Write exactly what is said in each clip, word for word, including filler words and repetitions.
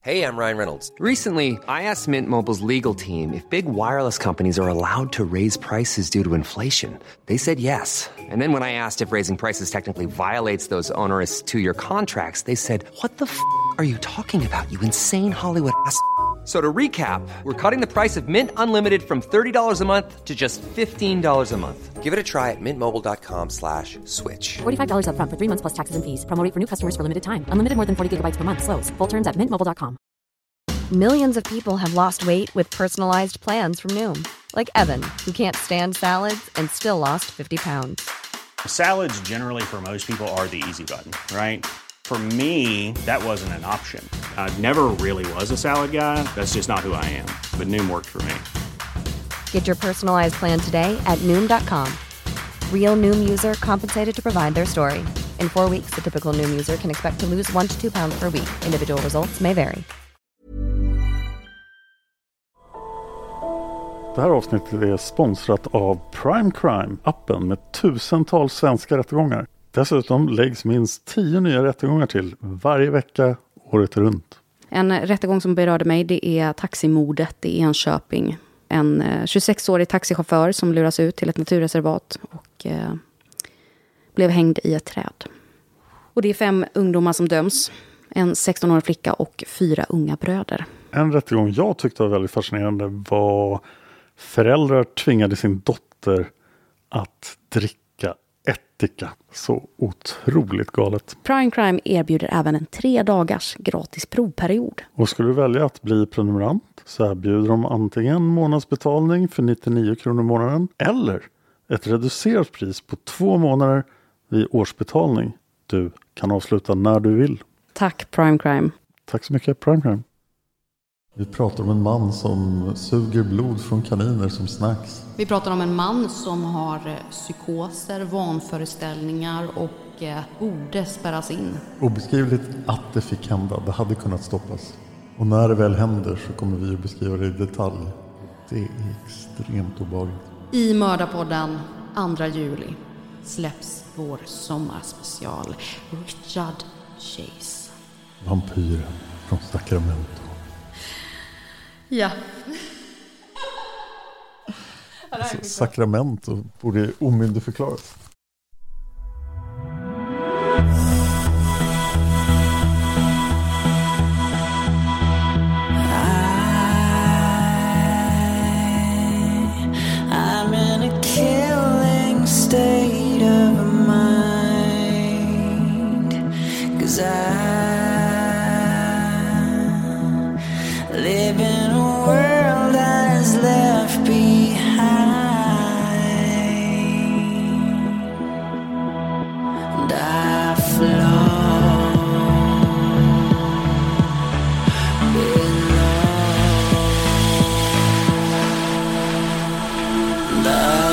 Hey, I'm Ryan Reynolds. Recently, I asked Mint Mobile's legal team if big wireless companies are allowed to raise prices due to inflation. They said yes. And then when I asked if raising prices technically violates those onerous two-year contracts, they said, "What the f*** are you talking about, you insane Hollywood ass?" So to recap, we're cutting the price of Mint Unlimited from thirty dollars a month to just fifteen dollars a month. Give it a try at mintmobile.com slash switch. forty-five dollars up front for three months plus taxes and fees. Promo rate for new customers for limited time. Unlimited more than forty gigabytes per month. Slows full terms at mint mobile dot com. Millions of people have lost weight with personalized plans from Noom. Like Evan, who can't stand salads and still lost fifty pounds. Salads generally for most people are the easy button, right? For me, that wasn't an option. I never really was a salad guy. That's just not who I am. But Noom worked for me. Get your personalized plan today at Noom dot com. Real Noom user compensated to provide their story. In four weeks, the typical Noom user can expect to lose one to two pounds per week. Individual results may vary. Det här avsnittet är sponsrat av Prime Crime, appen med tusentals svenska rättegångar. Dessutom läggs minst tio nya rättegångar till varje vecka, året runt. En rättegång som berörde mig, det är taximordet i Enköping. En tjugosex-årig taxichaufför som luras ut till ett naturreservat och eh, blev hängd i ett träd. Och det är fem ungdomar som döms. En sexton-årig flicka och fyra unga bröder. En rättegång jag tyckte var väldigt fascinerande var föräldrar tvingade sin dotter att dricka ättika. Så otroligt galet. Prime Crime erbjuder även en tre dagars gratis provperiod. Och skulle du välja att bli prenumerant så erbjuder de antingen månadsbetalning för nittionio kronor i månaden eller ett reducerat pris på två månader vid årsbetalning. Du kan avsluta när du vill. Tack Prime Crime. Tack så mycket Prime Crime. Vi pratar om en man som suger blod från kaniner som snacks. Vi pratar om en man som har psykoser, vanföreställningar och eh, borde spärras in. Obeskrivligt att det fick hända. Det hade kunnat stoppas. Och när det väl händer så kommer vi att beskriva det i detalj. Det är extremt obehagligt. I Mördarpodden andra juli släpps vår sommarspecial. Richard Chase. Vampyren från Sacramento. Ja. Alltså, Sacramento borde omyndigförklaras. I'm in a killing state of mind, 'cause I live in a world that is left behind, and I flow below the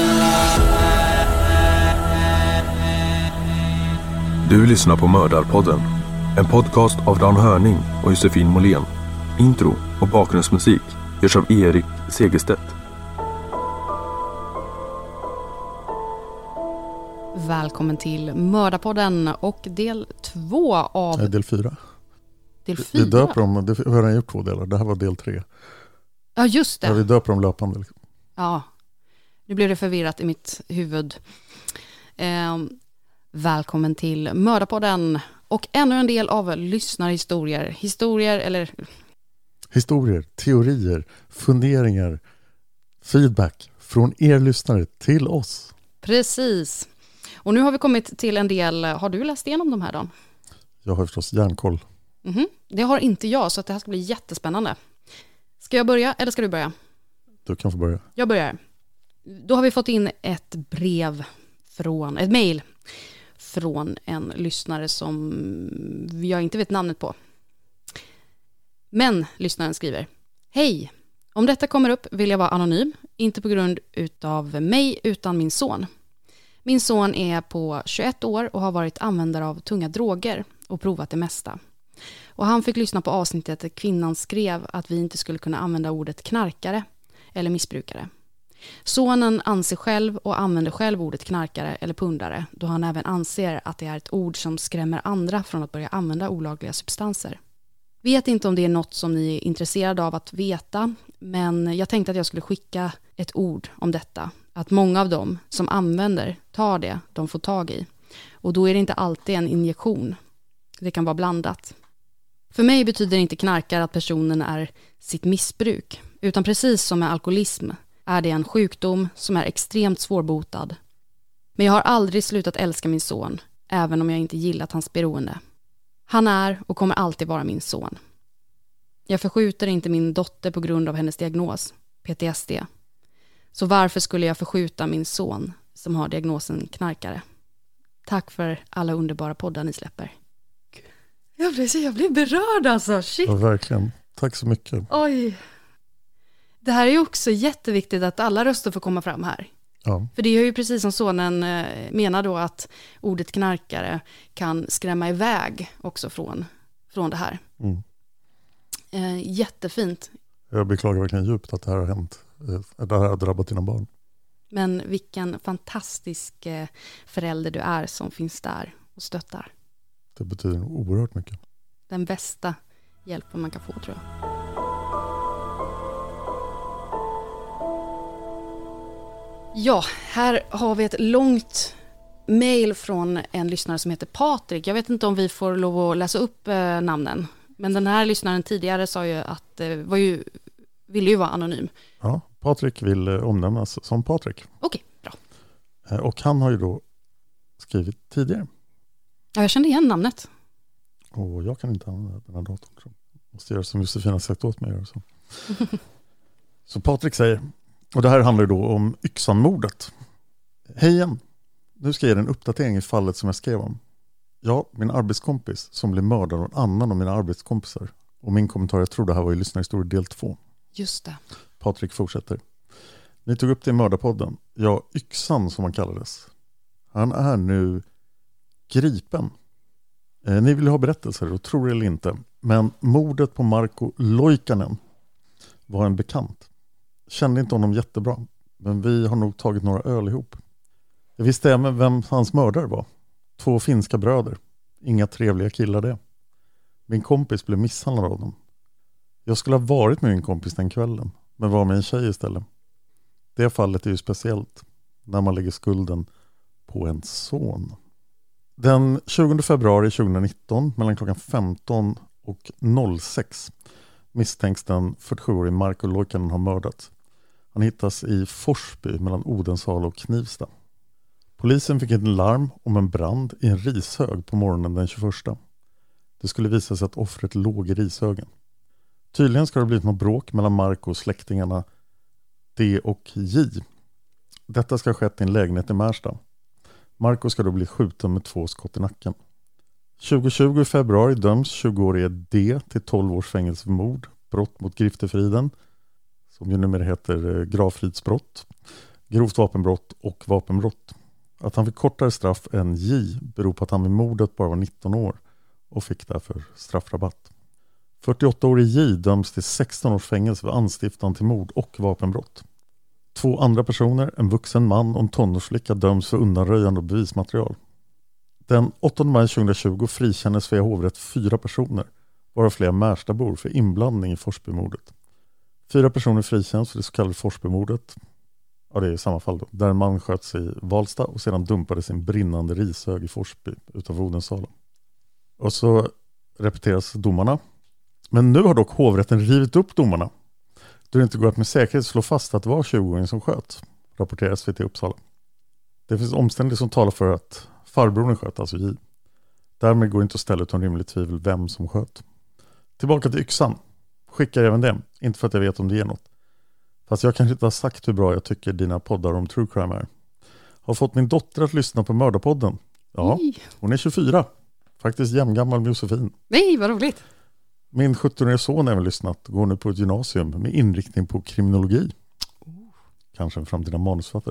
Du lyssnar på Mördarpodden, en podcast av Dan Hörning och Josefin Måhlén. Intro och bakgrundsmusik görs av Erik Segerstedt. Välkommen till Mördarpodden och del två av... Nej, del fyra. Del fyra? Vi döper dem, det har redan gjort två delar. Det här var del tre. Ja, just det. Ja, vi döper dem löpande. Liksom. Ja, nu blev det förvirrat i mitt huvud. Eh, välkommen till Mördarpodden och ännu en del av lyssnarhistorier. Historier eller... Historier, teorier, funderingar, feedback från er lyssnare till oss. Precis. Och nu har vi kommit till en del... Har du läst igenom de här då? Jag har förstås järnkoll. Mm-hmm. Det har inte jag, så att det här ska bli jättespännande. Ska jag börja eller ska du börja? Du kan få börja. Jag börjar. Då har vi fått in ett brev från... Ett mejl från en lyssnare som jag inte vet namnet på. Men lyssnaren skriver: Hej, om detta kommer upp vill jag vara anonym, inte på grund utav mig utan min son. Min son är på tjugoett år och har varit användare av tunga droger och provat det mesta. Och han fick lyssna på avsnittet där kvinnan skrev att vi inte skulle kunna använda ordet knarkare eller missbrukare. Sonen anser själv och använder själv ordet knarkare eller pundare, då han även anser att det är ett ord som skrämmer andra från att börja använda olagliga substanser. Vet inte om det är något som ni är intresserade av att veta, men jag tänkte att jag skulle skicka ett ord om detta. Att många av dem som använder tar det de får tag i. Och då är det inte alltid en injektion. Det kan vara blandat. För mig betyder inte knarkare att personen är sitt missbruk, utan precis som med alkoholism är det en sjukdom som är extremt svårbotad. Men jag har aldrig slutat älska min son, även om jag inte gillat hans beroende. Han är och kommer alltid vara min son. Jag förskjuter inte min dotter på grund av hennes diagnos, P T S D. Så varför skulle jag förskjuta min son som har diagnosen knarkare? Tack för alla underbara poddar ni släpper. Jag blir, jag blir berörd alltså, shit. Ja, verkligen. Tack så mycket. Oj. Det här är ju också jätteviktigt att alla röster får komma fram här. Ja. För det är ju precis som sonen menar då att ordet knarkare kan skrämma iväg också från, från det här. Mm. Eh, jättefint. Jag beklagar verkligen djupt att det här har hänt. Det här har drabbat dina barn. Men vilken fantastisk förälder du är som finns där och stöttar. Det betyder oerhört mycket. Den bästa hjälpen man kan få, tror jag. Ja, här har vi ett långt mejl från en lyssnare som heter Patrik. Jag vet inte om vi får lov att läsa upp eh, namnen. Men den här lyssnaren tidigare sa ju att eh, var ju, ville ju vara anonym. Ja, Patrik vill eh, omnämnas som Patrik. Okej, bra. Eh, och han har ju då skrivit tidigare. Ja, jag kände igen namnet. Och jag kan inte använda den här datorn. Så måste göra som Josefina har sagt åt mig att göra. Så. Så Patrik säger, och det här handlar ju då om Yxan-mordet. Hej igen, nu ska jag ge er en uppdatering i fallet som jag skrev om. Ja, min arbetskompis som blev mördad av en annan av mina arbetskompisar. Och min kommentar, jag tror det här var i lyssnarhistoria del två. Just det. Patrik fortsätter. Ni tog upp det i mördarpodden. Ja, Yxan som han kallades. Han är nu gripen. Eh, ni vill ha berättelser och tror det eller inte. Men mordet på Marko Loikanen var en bekant. Kände inte honom jättebra. Men vi har nog tagit några öl ihop. Jag visste även vem hans mördare var. Två finska bröder. Inga trevliga killar det. Min kompis blev misshandlad av dem. Jag skulle ha varit med min kompis den kvällen. Men var med en tjej istället. Det fallet är ju speciellt. När man lägger skulden på en son. Den tjugonde februari tjugonitton mellan klockan femton och sex misstänks den fyrtiosjuårige Marko Loikanen ha mördats. Han hittas i Forsby mellan Odensala och Knivsta. Polisen fick ett larm om en brand i en rishög på morgonen den tjugoförsta. Det skulle visa sig att offret låg i rishögen. Tydligen ska det ha blivit något bråk mellan Marko och släktingarna D och J. Detta ska ha skett i en lägenhet i Märsta. Marko ska då bli skjuten med två skott i nacken. tjugohundratjugo i februari döms tjugoårige D till tolv års fängelse för mord, brott mot griftefriden, som ju numera heter gravfridsbrott, grovt vapenbrott och vapenbrott. Att han fick kortare straff än J beror på att han vid mordet bara var nitton år och fick därför straffrabatt. fyrtioåttaårige J döms till sexton års fängelse för anstiftan till mord och vapenbrott. Två andra personer, en vuxen man och en tonårsflicka, döms för undanröjande av bevismaterial. Den åttonde maj tjugohundratjugo frikännes Svea hovrätt fyra personer, varav flera Märstabor, för inblandning i Forsbymordet. Fyra personer frikänns för det så kallade Forsbymordet. Ja, det är i samma fall då. Där en man sköts i Valsta och sedan dumpades i en brinnande rishög i Forsby utanför Odensala. Och så repeteras domarna. Men nu har dock hovrätten rivit upp domarna. Då det inte går att med säkerhet slå fast att det var tjugoåringen som sköt, rapporterar S V T Uppsala. Det finns omständigheter som talar för att farbrodern sköt, alltså J. Därmed går det inte att ställa utan rimligt tvivel vem som sköt. Tillbaka till Yxan. Skickar även det. Inte för att jag vet om det ger något. Fast jag kanske inte har sagt hur bra jag tycker dina poddar om true crime är. Har fått min dotter att lyssna på Mördarpodden. Ja, Nej. Hon är tjugofyra. Faktiskt jämngammal med Josefin. Nej, vad roligt. Min sjuttonårige son har även lyssnat. Går nu på ett gymnasium med inriktning på kriminologi. Oh. Kanske en framtida manusfattare.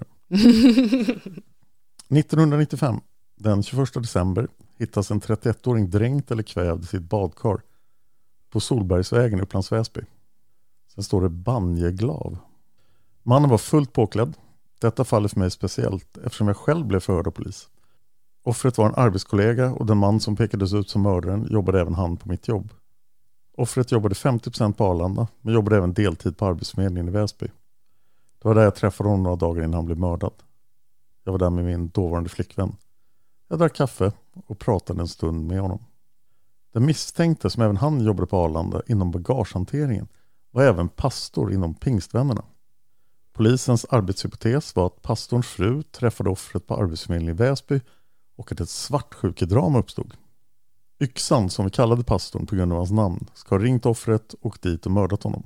nittonhundranittiofem, den tjugoförsta december, hittas en trettioettåring dränkt eller kvävd i sitt badkar på Solbergsvägen i Upplands Väsby. Sen står det Banjeglav. Mannen var fullt påklädd. Detta faller för mig speciellt eftersom jag själv blev förhörd av polis. Offret var en arbetskollega och den man som pekades ut som mördaren jobbade även han på mitt jobb. Offret jobbade femtio procent på Arlanda, men jobbade även deltid på Arbetsförmedlingen i Väsby. Det var där jag träffade honom några dagar innan han blev mördad. Jag var där med min dåvarande flickvän. Jag drack kaffe och pratade en stund med honom. Den misstänkte, som även han jobbade på Arlanda inom bagagehanteringen, var även pastor inom Pingstvännerna. Polisens arbetshypotes var att pastorns fru träffade offret på Arbetsförmedlingen i Väsby och att ett svartsjukedrama uppstod. Yxan, som vi kallade pastorn på grund av hans namn, ska ha ringt offret och dit och mördat honom.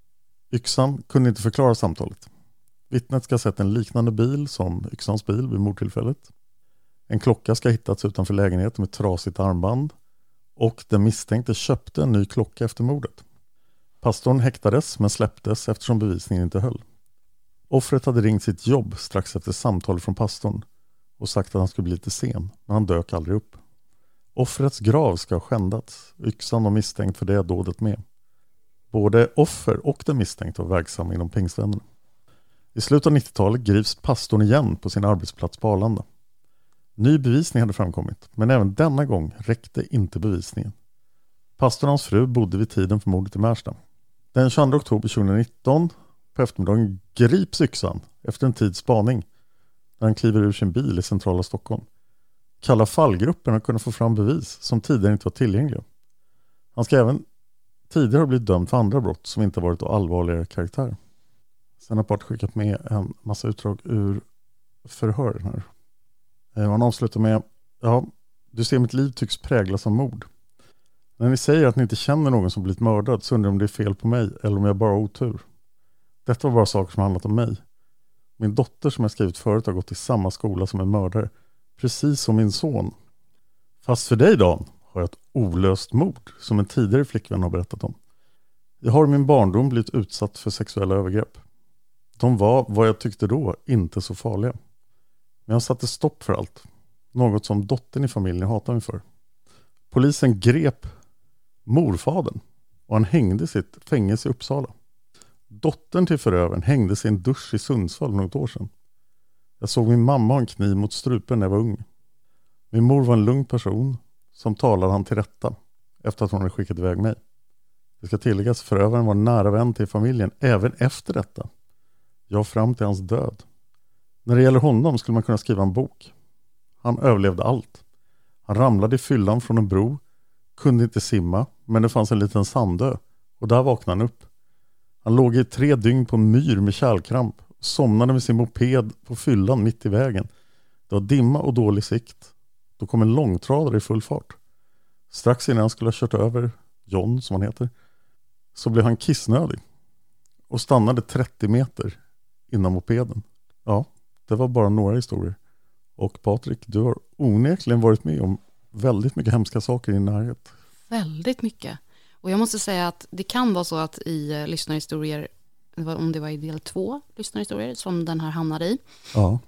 Yxan kunde inte förklara samtalet. Vittnet ska ha sett en liknande bil som Yxans bil vid mordtillfället. En klocka ska ha hittats utanför lägenheten med trasigt armband och den misstänkte köpte en ny klocka efter mordet. Pastorn häktades men släpptes eftersom bevisningen inte höll. Offret hade ringt sitt jobb strax efter samtal från pastorn och sagt att han skulle bli lite sen, men han dök aldrig upp. Offrets grav ska ha skändats. Yxan var misstänkt för det dådet med. Både offer och den misstänkte var verksamma inom Pingstvännerna. I slutet av nittiotalet grips pastorn igen på sin arbetsplats på Arlanda. Ny bevisning hade framkommit, men även denna gång räckte inte bevisningen. Pastorn och hans fru bodde vid tiden för mordet i Märsta. Den tjugoandra oktober tjugonitton på eftermiddagen grips Yxan efter en tids spaning när han kliver ur sin bil i centrala Stockholm. Kalla fallgruppen har kunnat få fram bevis som tidigare inte var tillgängliga. Han ska även tidigare ha blivit dömd för andra brott som inte varit av allvarligare karaktär. Sen har Part skickat med en massa utdrag ur förhören här. Han avslutar med: ja, du ser mitt liv tycks präglas av mord. När ni säger att ni inte känner någon som blivit mördad så undrar om det är fel på mig eller om jag bara har otur. Detta var bara saker som handlat om mig. Min dotter som jag skrivit förut har gått i samma skola som en mördare. Precis som min son. Fast för dig, Dan, har jag ett olöst mord som en tidigare flickvän har berättat om. Jag har i min barndom blivit utsatt för sexuella övergrepp. De var, vad jag tyckte då, inte så farliga. Men jag satte stopp för allt. Något som dottern i familjen hatar mig för. Polisen grep morfadern och han hängde sitt fängelse i Uppsala. Dottern till förövaren hängde sig i en dusch i Sundsvall något år sedan. Jag såg min mamma ha en kniv mot strupen när jag var ung. Min mor var en lugn person som talade han till rätta efter att hon hade skickat iväg mig. Det ska tilläggas, förövaren var nära vän till familjen även efter detta. Jag fram till hans död. När det gäller honom skulle man kunna skriva en bok. Han överlevde allt. Han ramlade i fyllan från en bro, kunde inte simma, men det fanns en liten sandö och där vaknade han upp. Han låg i tre dygn på en myr med kärlkramp och somnade med sin moped på fyllan mitt i vägen. Det var dimma och dålig sikt. Då kom en långtradare i full fart. Strax innan han skulle ha kört över John, som han heter, så blev han kissnödig och stannade trettio meter innan mopeden. Ja, det var bara några historier. Och Patrik, du har onekligen varit med om väldigt mycket hemska saker i din närhet. Väldigt mycket. Och jag måste säga att det kan vara så att i uh, lyssnarhistorier, om det var i del två lyssnarhistorier som den här hamnade i, ja,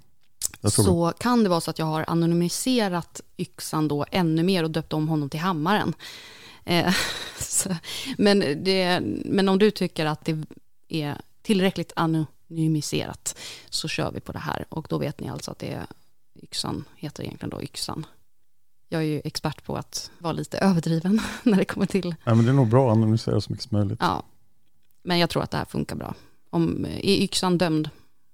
så det. Kan det vara så att jag har anonymiserat Yxan då ännu mer och döpt om honom till Hammaren. Eh, så, men, det, men om du tycker att det är tillräckligt anonymiserat så kör vi på det här. Och då vet ni alltså att det är Yxan, heter egentligen då Yxan. Jag är ju expert på att vara lite överdriven när det kommer till... Ja, men det är nog bra att analysera så mycket som möjligt. Ja, men jag tror att det här funkar bra. Om, är Yxan dömd?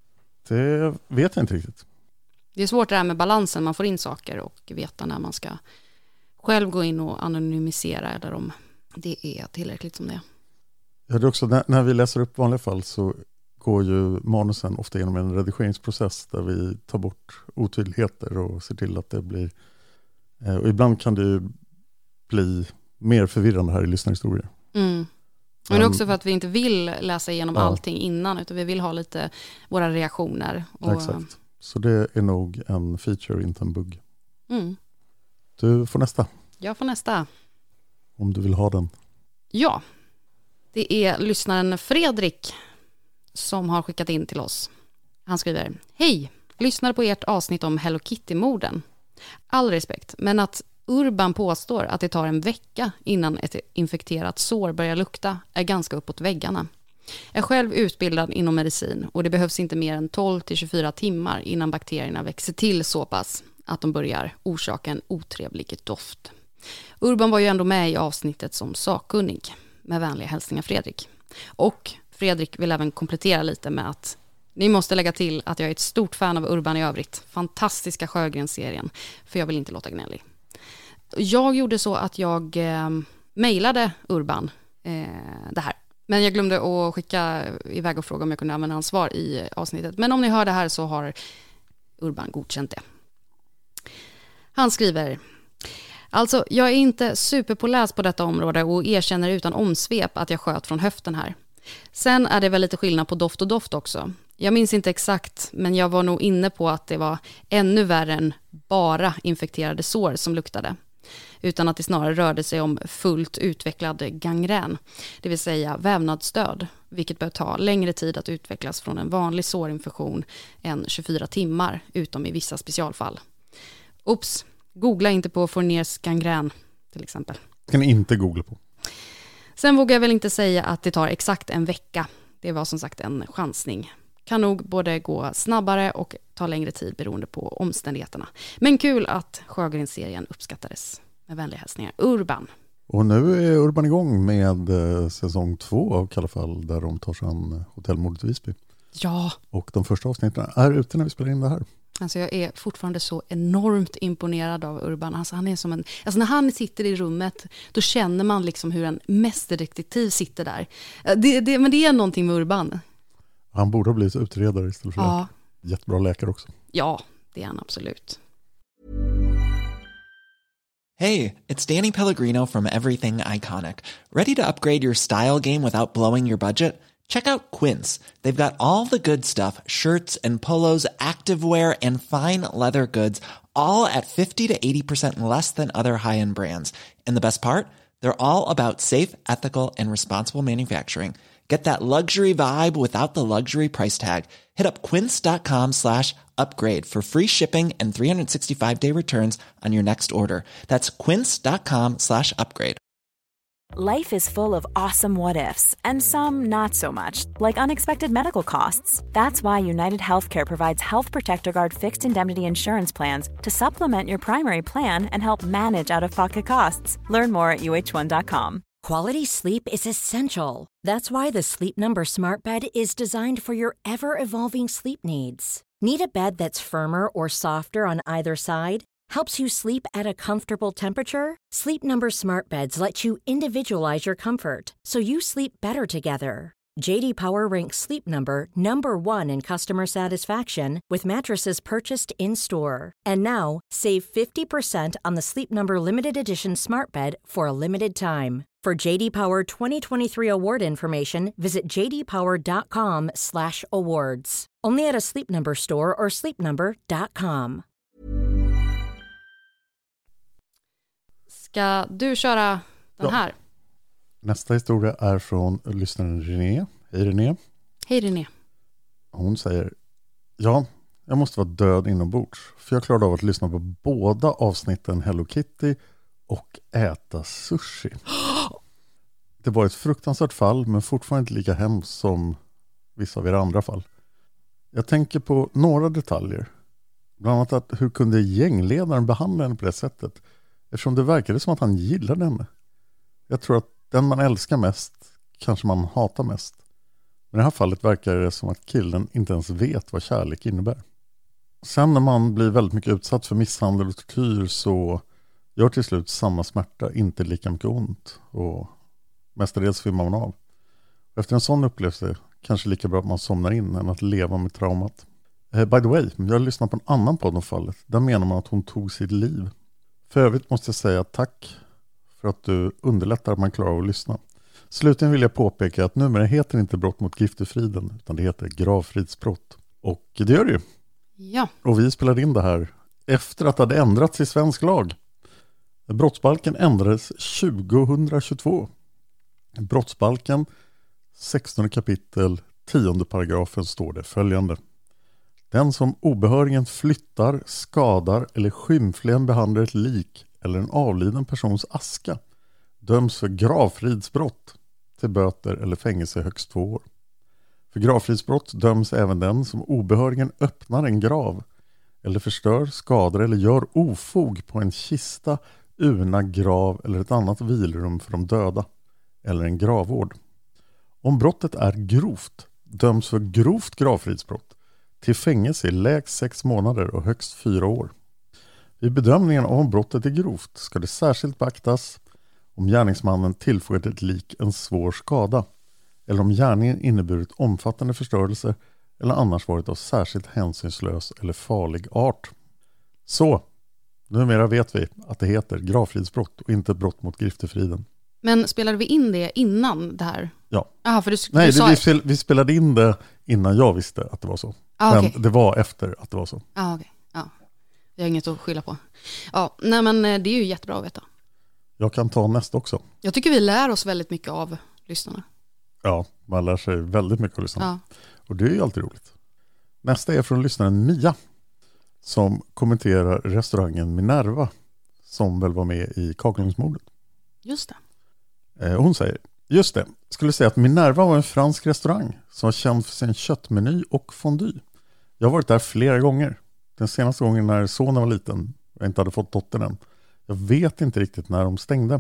Det vet jag inte riktigt. Det är svårt det här med balansen. Man får in saker och veta när man ska själv gå in och anonymisera eller om det är tillräckligt som det är. Ja, det är också, när, när vi läser upp vanliga fall så går ju manusen ofta genom en redigeringsprocess där vi tar bort otydligheter och ser till att det blir... Och ibland kan det ju bli mer förvirrande här i lyssnarhistorier. Mm. Men det är också för att vi inte vill läsa igenom ja. allting innan utan vi vill ha lite våra reaktioner. Och... Exakt. Så det är nog en feature, inte en bugg. Mm. Du får nästa. Jag får nästa. Om du vill ha den. Ja. Det är lyssnaren Fredrik som har skickat in till oss. Han skriver: Hej, lyssnar på ert avsnitt om Hello Kitty-morden. All respekt, men att Urban påstår att det tar en vecka innan ett infekterat sår börjar lukta är ganska uppåt väggarna. Jag är själv utbildad inom medicin och det behövs inte mer än tolv till tjugofyra timmar innan bakterierna växer till så pass att de börjar orsaka en otrevlig doft. Urban var ju ändå med i avsnittet som sakkunnig. Med vänliga hälsningar Fredrik. Och Fredrik vill även komplettera lite med att ni måste lägga till att jag är ett stort fan av Urban i övrigt. Fantastiska Sjögren-serien. För jag vill inte låta gnällig. Jag gjorde så att jag eh, mejlade Urban eh, det här. Men jag glömde att skicka iväg och fråga om jag kunde använda hans svar i avsnittet. Men om ni hör det här så har Urban godkänt det. Han skriver: Alltså, jag är inte superpåläs på detta område och erkänner utan omsvep att jag sköt från höften här. Sen är det väl lite skillnad på doft och doft också. Jag minns inte exakt, men jag var nog inne på att det var ännu värre än bara infekterade sår som luktade. Utan att det snarare rörde sig om fullt utvecklad gangrän, det vill säga vävnadsdöd, vilket bör ta längre tid att utvecklas från en vanlig sårinfektion än tjugofyra timmar, utom i vissa specialfall. Ups, googla inte på Fourniers gangrän till exempel. Det kan ni inte googla på. Sen vågar jag väl inte säga att det tar exakt en vecka. Det var som sagt en chansning. Kan nog både gå snabbare och ta längre tid beroende på omständigheterna. Men kul att Sjögren-serien uppskattades. Med vänliga hälsningar, Urban. Och nu är Urban igång med eh, säsong två av Kalla fall, där de tar sig an hotellmordet i Visby. Ja. Och de första avsnitten är ute när vi spelar in det här. Alltså jag är fortfarande så enormt imponerad av Urban. Alltså han är som en, alltså när han sitter i rummet, då känner man liksom hur en mästerdetektiv sitter där. Det, det, men det är någonting med Urban. Han borde ha blivit utredare istället för ja. läkare. Jättebra läkare också. Ja, det är han absolut. Hey, it's Danny Pellegrino from Everything Iconic. Ready to upgrade your style game without blowing your budget? Check out Quince. They've got all the good stuff, shirts and polos, activewear, and fine leather goods, all at fifty to eighty percent less than other high-end brands. And the best part? They're all about safe, ethical, and responsible manufacturing. Get that luxury vibe without the luxury price tag. Hit up quince.com slash upgrade for free shipping and three sixty-five day returns on your next order. That's quince.com slash upgrade. Life is full of awesome what-ifs, and some not so much, like unexpected medical costs. That's why United Healthcare provides Health Protector Guard fixed indemnity insurance plans to supplement your primary plan and help manage out-of-pocket costs. Learn more at U H one dot com. Quality sleep is essential. That's why the Sleep Number Smart Bed is designed for your ever-evolving sleep needs. Need a bed that's firmer or softer on either side? Helps you sleep at a comfortable temperature? Sleep Number Smart Beds let you individualize your comfort, so you sleep better together. J D Power ranks Sleep Number number one in customer satisfaction with mattresses purchased in-store. And now, save fifty percent on the Sleep Number Limited Edition Smart Bed for a limited time. For J D Power twenty twenty-three award information, visit j d power dot com slash awards. Only at a Sleep Number store or sleep number dot com. Ska du köra den här? Ja. Nästa historia är från lyssnaren René. Hej René. Hej René. Hon säger: ja, jag måste vara död inombords. För jag klarade av att lyssna på båda avsnitten Hello Kitty och äta sushi. Det var ett fruktansvärt fall, men fortfarande inte lika hemskt som vissa av era andra fall. Jag tänker på några detaljer. Bland annat att hur kunde gängledaren behandla henne på det sättet? Eftersom det verkade som att han gillade henne. Jag tror att den man älskar mest kanske man hatar mest. Men i det här fallet verkar det som att killen inte ens vet vad kärlek innebär. Sen när man blir väldigt mycket utsatt för misshandel och tortyr så gör till slut samma smärta inte lika mycket ont. Och mestadels svimmar man av. Efter en sån upplevelse kanske lika bra att man somnar in än att leva med traumat. Eh, by the way, jag har lyssnat på en annan podd om fallet. Där menar man att hon tog sitt liv. För övrigt måste jag säga tack för att du underlättar att man klarar av att lyssna. Slutligen vill jag påpeka att numera heter det inte brott mot giftefriden utan det heter gravfridsbrott. Och det gör det ju. Ja. Och vi spelade in det här efter att det hade ändrats i svensk lag. Brottsbalken ändrades tjugohundratjugotvå. Brottsbalken sextonde kapitel tionde paragrafen står det följande: den som obehörigen flyttar, skadar eller skymfligen behandlar ett lik eller en avliden persons aska döms för gravfridsbrott till böter eller fängelse i högst två år. För gravfridsbrott döms även den som obehörigen öppnar en grav eller förstör, skadar eller gör ofog på en kista, urna, grav eller ett annat vilrum för de döda eller en gravvård. Om brottet är grovt döms för grovt gravfridsbrott till fängelse i lägst sex månader och högst fyra år. Vid bedömningen av om brottet är grovt ska det särskilt beaktas om gärningsmannen tillfogat ett lik en svår skada eller om gärningen inneburit omfattande förstörelse eller annars varit av särskilt hänsynslös eller farlig art. Så, numera vet vi att det heter gravfridsbrott och inte brott mot griftefriden. Men spelade vi in det innan det här? Ja. Aha, för du, Nej, du det, sa... vi, spel, vi spelade in det innan jag visste att det var så. Ah, men okay. det var efter att det var så. Ah, okay. Ja, jag har inget att skylla på. Ja, nej, men det är ju jättebra att veta. Jag kan ta nästa också. Jag tycker vi lär oss väldigt mycket av lyssnarna. Ja, man lär sig väldigt mycket av lyssnarna. Ja. Och det är ju alltid roligt. Nästa är från lyssnaren Mia som kommenterar restaurangen Minerva som väl var med i Kakelugnsmordet. Just det. Eh, hon säger, just det, skulle säga att Minerva var en fransk restaurang som var känd för sin köttmeny och fondue. Jag har varit där flera gånger. Den senaste gången när sonen var liten och jag inte hade fått dottern än. Jag vet inte riktigt när de stängde.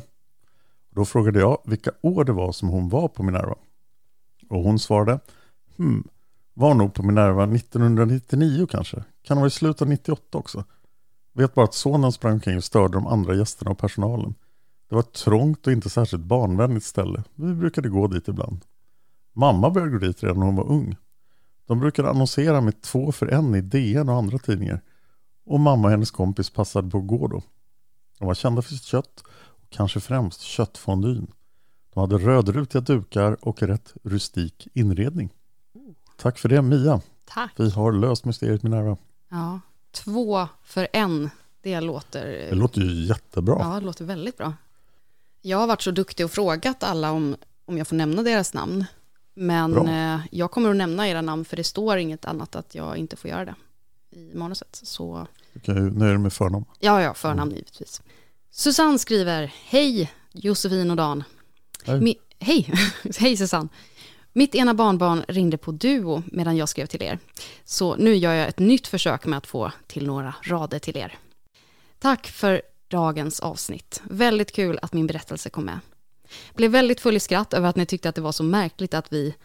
Då frågade jag vilka år det var som hon var på Minerva. Och hon svarade, hmm, var nog på Minerva nittonhundranittionio kanske. Kan det vara i slutet av nittioåtta också. Vet bara att sonen sprang omkring och störde de andra gästerna och personalen. Det var ett trångt och inte särskilt barnvänligt ställe. Vi brukade gå dit ibland. Mamma började gå dit redan när hon var ung. De brukade annonsera med två för en i D N och andra tidningar. Och mamma och hennes kompis passade på att gå då. De var kända för sitt kött och kanske främst köttfondyn. De hade rödrutiga dukar och rätt rustik inredning. Tack för det, Mia. Tack. Vi har löst mysteriet Minerva. Ja, två för en. Det låter... Det låter ju jättebra. Ja, det låter väldigt bra. Jag har varit så duktig och frågat alla om, om jag får nämna deras namn. Men eh, jag kommer att nämna era namn för det står inget annat att jag inte får göra det i manuset. Så... Okej, nu är det med förnamn. Ja, ja, förnamn mm. givetvis. Susanne skriver, hej Josefin och Dan. Hej. Mi- hej, hej Susanne. Mitt ena barnbarn ringde på Duo medan jag skrev till er. Så nu gör jag ett nytt försök med att få till några rader till er. Tack för dagens avsnitt. Väldigt kul att min berättelse kom med. Blev väldigt full i skratt över att ni tyckte att det var så märkligt att vi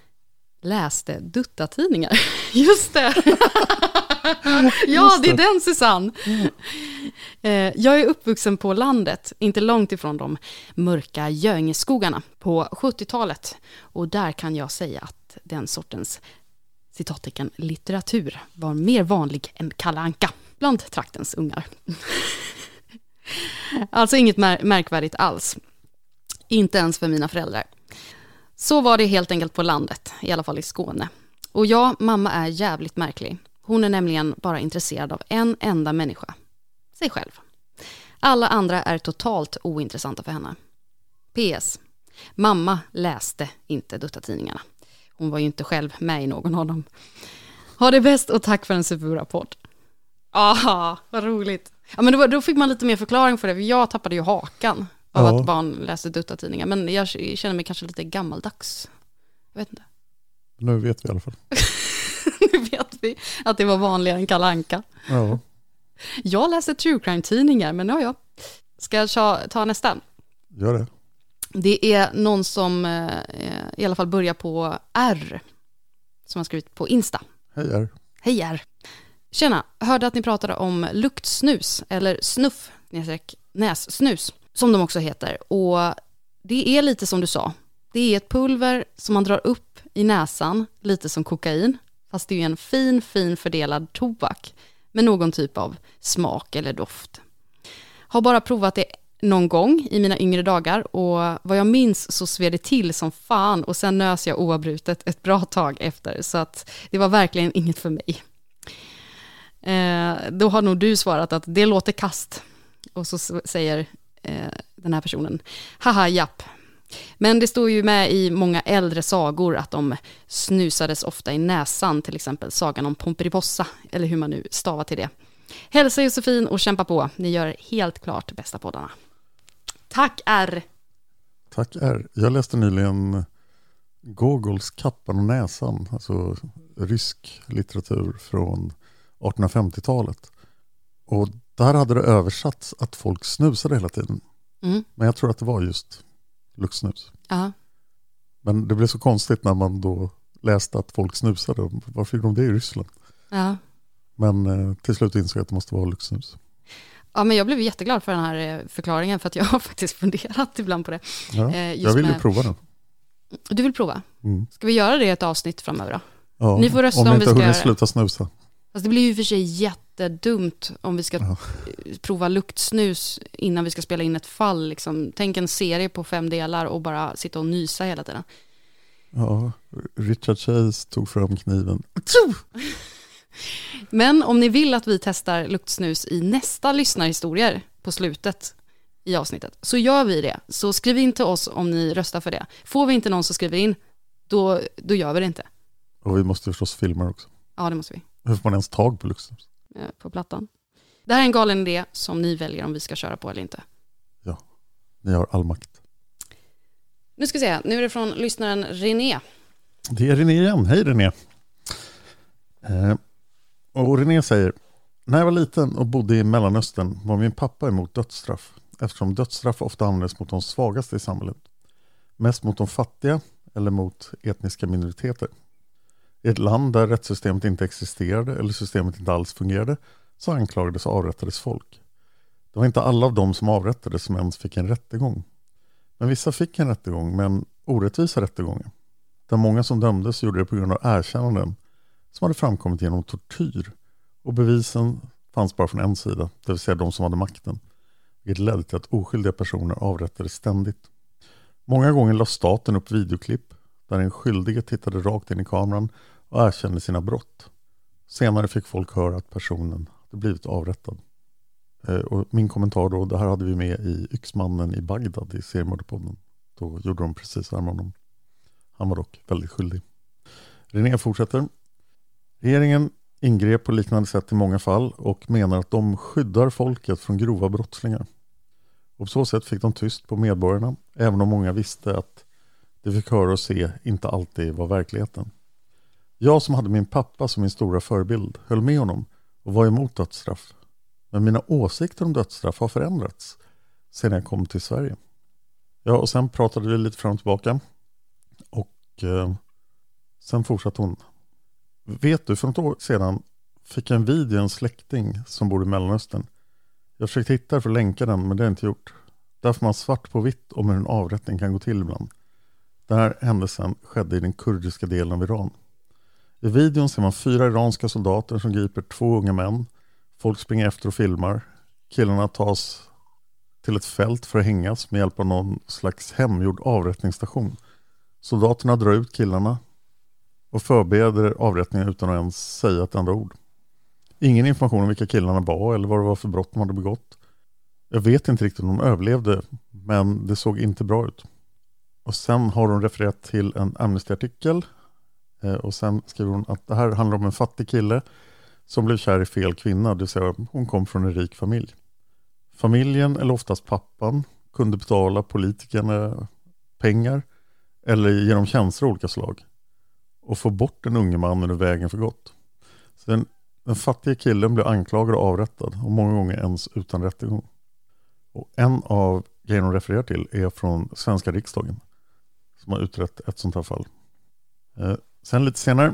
läste duttatidningar. Just det! Ja, det är den Susanne. Jag är uppvuxen på landet, inte långt ifrån de mörka Göingeskogarna på sjuttiotalet. Och där kan jag säga att den sortens citattecken litteratur var mer vanlig än Kalle Anka bland traktens ungar. Alltså inget mär- märkvärdigt alls. Inte ens för mina föräldrar. Så var det helt enkelt på landet, i alla fall i Skåne. Och ja, mamma är jävligt märklig. Hon är nämligen bara intresserad av en enda människa. Sig själv. Alla andra är totalt ointressanta för henne. P S. Mamma läste inte duttatidningarna. Hon var ju inte själv med i någon av dem. Ha det bäst och tack för en superbra podd. Ah, vad roligt. Ja, men då, då fick man lite mer förklaring för det. För jag tappade ju hakan av ja. att barn läste duttatidningar. Men jag känner mig kanske lite gammaldags. Jag vet inte. Nu vet vi i alla fall. Nu vet vi att det var vanligare än Kalle Anka. Ja. Jag läser true crime-tidningar, men ja, ja. Ska jag ta nästa? Gör det. Det är någon som eh, i alla fall börjar på R. Som har skrivit på Insta. Hej R. Hej R. Tjena, hörde att ni pratade om luktsnus eller snuff, nässnus, som de också heter. Och det är lite som du sa. Det är ett pulver som man drar upp i näsan, lite som kokain. Fast det är en fin, fin fördelad tobak med någon typ av smak eller doft. Har bara provat det någon gång i mina yngre dagar och vad jag minns så sved det till som fan och sen nös jag oavbrutet ett bra tag efter. Så att det var verkligen inget för mig. Eh, då har nog du svarat att det låter kast. Och så säger eh, den här personen, haha japp. Men det står ju med i många äldre sagor att de snusades ofta i näsan, till exempel sagan om Pomperipossa, eller hur man nu stavar till det. Hälsa Josefin och kämpa på, ni gör helt klart bästa poddarna. Tack R. Tack R. Jag läste nyligen Gogols Kappan och näsan, alltså rysk litteratur från artonhundrafemtiotalet. Och där hade det översatts att folk snusade hela tiden. Mm. Men jag tror att det var just luktsnus. Ja. Men det blev så konstigt när man då läste att folk snusade. Varför gjorde de det i Ryssland? Ja. Men eh, till slut insåg jag att det måste vara lyxsnus. Ja, men jag blev jätteglad för den här förklaringen, för att jag har faktiskt funderat ibland på det. Ja, jag vill ju med... prova den. Du vill prova? Mm. Ska vi göra det i ett avsnitt framöver då? Ja, Ni får rösta om jag om inte vi ska... sluta snusa. Alltså det blir ju för sig jättedumt om vi ska ja. prova luktsnus innan vi ska spela in ett fall. Liksom. Tänk en serie på fem delar och bara sitta och nysa hela tiden. Ja, Richard Chase tog fram kniven. Men om ni vill att vi testar luktsnus i nästa lyssnarhistorier på slutet i avsnittet, så gör vi det. Så skriv in till oss om ni röstar för det. Får vi inte någon som skriver in, då, då gör vi det inte. Och vi måste förstås filma också. Ja, det måste vi. Hur får man ens tag på luktsnus? På plattan. Det här är en galen idé som ni väljer om vi ska köra på eller inte. Ja, ni har all makt. Nu ska vi se, nu är det från lyssnaren René. Det är René igen. Hej René. Eh, och René säger: när jag var liten och bodde i Mellanöstern var min pappa emot dödsstraff, eftersom dödsstraff ofta används mot de svagaste i samhället. Mest mot de fattiga eller mot etniska minoriteter. I ett land där rättssystemet inte existerade eller systemet inte alls fungerade så anklagades och avrättades folk. Det var inte alla av dem som avrättades som ens fick en rättegång. Men vissa fick en rättegång, men orättvisa rättegångar. Där många som dömdes gjorde det på grund av erkännanden som hade framkommit genom tortyr. Och bevisen fanns bara från en sida, det vill säga de som hade makten. Vilket ledde till att oskyldiga personer avrättades ständigt. Många gånger la staten upp videoklipp där en skyldige tittade rakt in i kameran och erkände sina brott. Senare fick folk höra att personen hade blivit avrättad. Eh, och min kommentar då, det här hade vi med i Yxmannen i Bagdad i seriemördarpodden. Då gjorde de precis så här med honom. Han var dock väldigt skyldig. René fortsätter. Regeringen ingrep på liknande sätt i många fall och menar att de skyddar folket från grova brottslingar. Och på så sätt fick de tyst på medborgarna, även om många visste att det fick höra och se inte alltid var verkligheten. Jag som hade min pappa som min stora förebild höll med honom och var emot dödsstraff. Men mina åsikter om dödsstraff har förändrats sedan jag kom till Sverige. Ja, och sen pratade vi lite fram och tillbaka. Och eh, sen fortsatte hon. Vet du, för något år sedan fick jag en video en släkting som bor i Mellanöstern. Jag försökte hitta för att länka den, men det har jag inte gjort. Där får man svart på vitt om hur en avrättning kan gå till ibland. Den här händelsen skedde i den kurdiska delen av Iran. I videon ser man fyra iranska soldater som griper två unga män. Folk springer efter och filmar. Killarna tas till ett fält för att hängas med hjälp av någon slags hemgjord avrättningsstation. Soldaterna drar ut killarna och förbereder avrättningen utan att ens säga ett enda ord. Ingen information om vilka killarna var eller vad det var för brott de hade begått. Jag vet inte riktigt om de överlevde, men det såg inte bra ut. Och sen har hon refererat till en Amnesty-artikel. Och sen skriver hon att det här handlar om en fattig kille som blev kär i fel kvinna. Det vill säga hon kom från en rik familj. Familjen, eller oftast pappan, kunde betala politikerna pengar eller genom tjänster av olika slag och få bort den unge mannen ur vägen för gott. Så den, den fattiga killen blev anklagad och avrättad och många gånger ens utan rättegång. Och en av grejerna hon refererar till är från svenska riksdagen som har utrett ett sånt här fall. Eh, sen lite senare,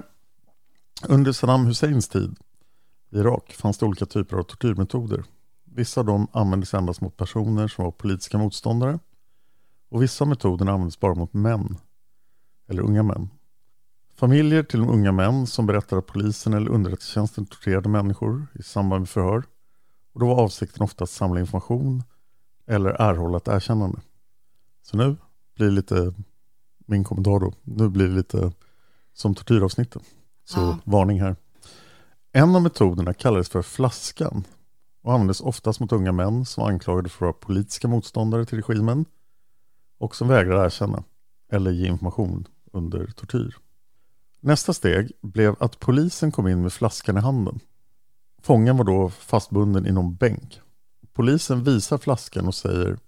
under Saddam Husseins tid i Irak fanns det olika typer av tortyrmetoder. Vissa av dem användes endast mot personer som var politiska motståndare och vissa av metoderna användes bara mot män eller unga män. Familjer till de unga män som berättade att polisen eller underrättelsetjänsten torterade människor i samband med förhör, och då var avsikten ofta att samla information eller erhålla ett erkännande. Så nu blir det lite, min kommentar då, nu blir det lite som tortyravsnittet. Så ja. Varning här. En av metoderna kallades för flaskan och användes oftast mot unga män som var anklagade för att vara politiska motståndare till regimen och som vägrade erkänna eller ge information under tortyr. Nästa steg blev att polisen kom in med flaskan i handen. Fången var då fastbunden i någon bänk. Polisen visar flaskan och säger,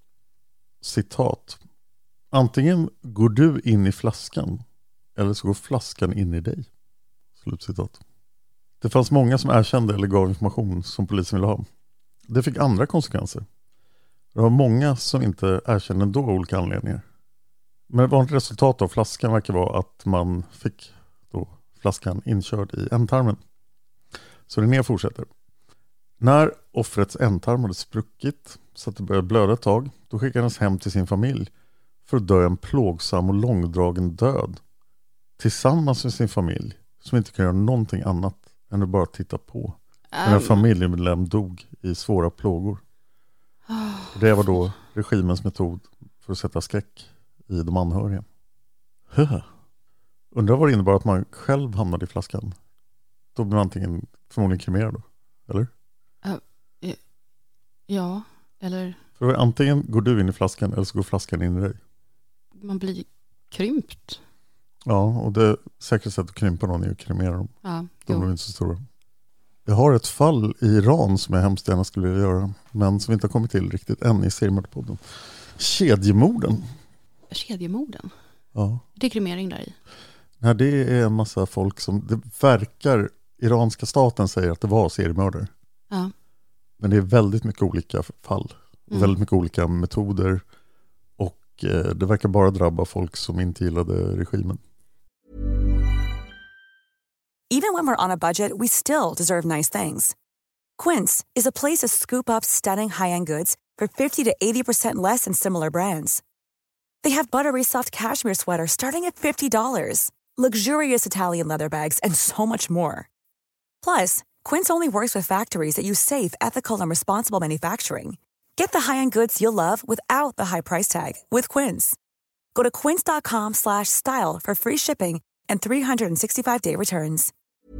citat, antingen går du in i flaskan eller så går flaskan in i dig. Slutcitat. Det fanns många som erkände eller gav information som polisen ville ha. Det fick andra konsekvenser. Det var många som inte erkände då av olika anledningar. Men ett vanligt resultat av flaskan verkar vara att man fick då flaskan inkörd i ändtarmen. Så René fortsätter. När offrets ändtarm hade spruckit så att det började blöda ett tag, då skickades hem till sin familj för att dö en plågsam och långdragen död. Tillsammans med sin familj, som inte kan göra någonting annat än att bara titta på. När en familjemedlem dog i svåra plågor. Det var då regimens metod för att sätta skräck i de anhöriga. Höh. Undrar vad det innebar att man själv hamnade i flaskan. Då blir man antingen förmodligen kremerad då, eller? Uh, ja, eller... För antingen går du in i flaskan eller så går flaskan in i dig. Man blir krympt. Ja, och det säkert sätt att krympa någon är att kremera dem. Ja, de är inte så stora. Jag har ett fall i Iran som jag hemskt gärna skulle vilja göra, men som vi inte har kommit till riktigt än i Seriemördarpodden. Kedjemorden. Kedjemorden? Ja. Det är kremering där i. Nej, det är en massa folk som, det verkar, iranska staten säger att det var seriemördare. Ja. Men det är väldigt mycket olika fall. Och Mm. väldigt mycket olika metoder. Och eh, det verkar bara drabba folk som inte gillade regimen. Even when we're on a budget, we still deserve nice things. Quince is a place to scoop up stunning high-end goods for fifty to eighty percent less than similar brands. They have buttery soft cashmere sweaters starting at fifty dollars, luxurious Italian leather bags, and so much more. Plus, Quince only works with factories that use safe, ethical, and responsible manufacturing. Get the high-end goods you'll love without the high price tag with Quince. Go to quince.com slash style for free shipping and three sixty-five day returns.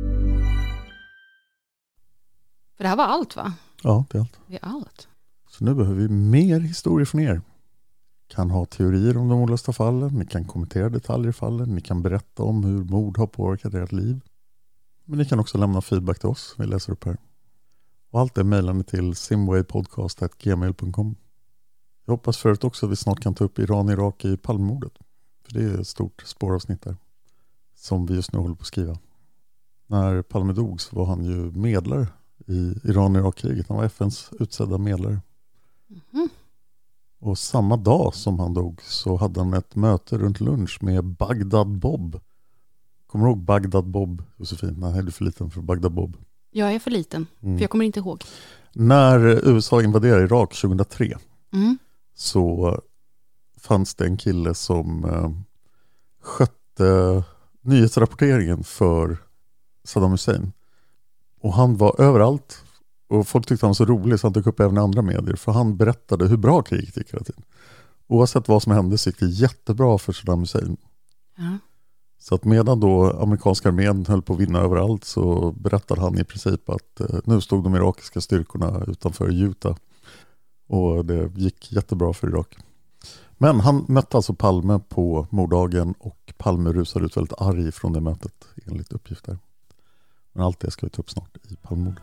För det här var allt, va? Ja, det är allt. Det är allt. Så nu behöver vi mer historier från er. Kan ha teorier om de olösta fallen. Ni kan kommentera detaljer i fallen. Ni kan berätta om hur mord har påverkat ert liv. Men ni kan också lämna feedback till oss. Vi läser upp här. Och allt är mejlande till simwaypodcast at gmail dot com. Jag hoppas förut också att vi snart kan ta upp Iran-Irak i Palmemordet. För det är ett stort spåravsnitt där. Som vi just nu håller på att skriva. När Palme dog så var han ju medlare i Iran-Irak-kriget. Han var F N:s utsedda medlare. Mm. Och samma dag som han dog så hade han ett möte runt lunch med Bagdad Bob. Kommer du ihåg Bagdad Bob, Josefin? Nej, är du för liten för Bagdad Bob? Jag är för liten, Mm. för jag kommer inte ihåg. När U S A invaderade Irak tjugohundratre Mm. så fanns det en kille som eh, skötte nyhetsrapporteringen för Saddam Hussein. Och han var överallt. Och folk tyckte han var så rolig så han tog upp även andra medier. För han berättade hur bra kriget gick hela tiden. Oavsett vad som hände så gick det jättebra för Saddam Hussein. Ja. Så att medan då amerikanska armén höll på att vinna överallt så berättade han i princip att eh, nu stod de irakiska styrkorna utanför Utah. Och det gick jättebra för Irak. Men han mötte alltså Palme på morddagen och Palme rusade ut väldigt arg från det mötet enligt uppgifter. Men allt det ska vi ta upp snart i Palmemordet.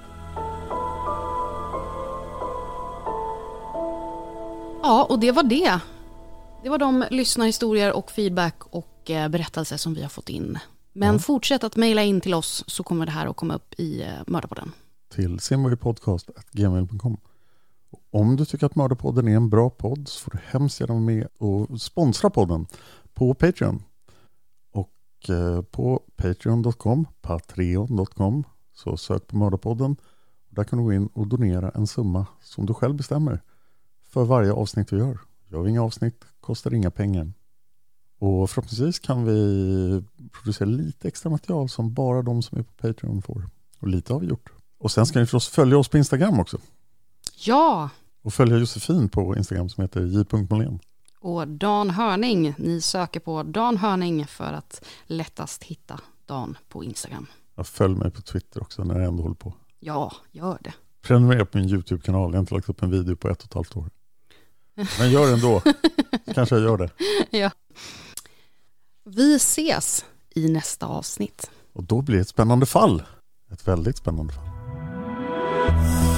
Ja, och det var det. Det var de lyssnarhistorier och feedback och eh, berättelser som vi har fått in. Men Mm. fortsätt att mejla in till oss så kommer det här att komma upp i eh, Mördarpodden. Till simwaypodcast at gmail dot com. Om du tycker att Mördarpodden är en bra podd så får du hemskt gärna vara med och sponsra podden på Patreon. Och eh, på patreon dot com, patreon dot com, så sök på Mördarpodden. Där kan du gå in och donera en summa som du själv bestämmer för varje avsnitt vi gör. Gör vi inga avsnitt kostar inga pengar. Och förhoppningsvis kan vi producera lite extra material som bara de som är på Patreon får. Och lite har vi gjort. Och sen ska ni förstås följa oss på Instagram också. Ja! Och följa Josefin på Instagram som heter j punkt molén. Och Dan Hörning, ni söker på Dan Hörning för att lättast hitta Dan på Instagram. Jag följ mig på Twitter också när jag ändå håller på. Ja, gör det. Prenumerera på min YouTube-kanal. Jag har inte lagt upp en video på ett och ett halvt år. Men gör det ändå. Kanske jag gör det. Ja. Vi ses i nästa avsnitt. Och då blir det ett spännande fall. Ett väldigt spännande fall.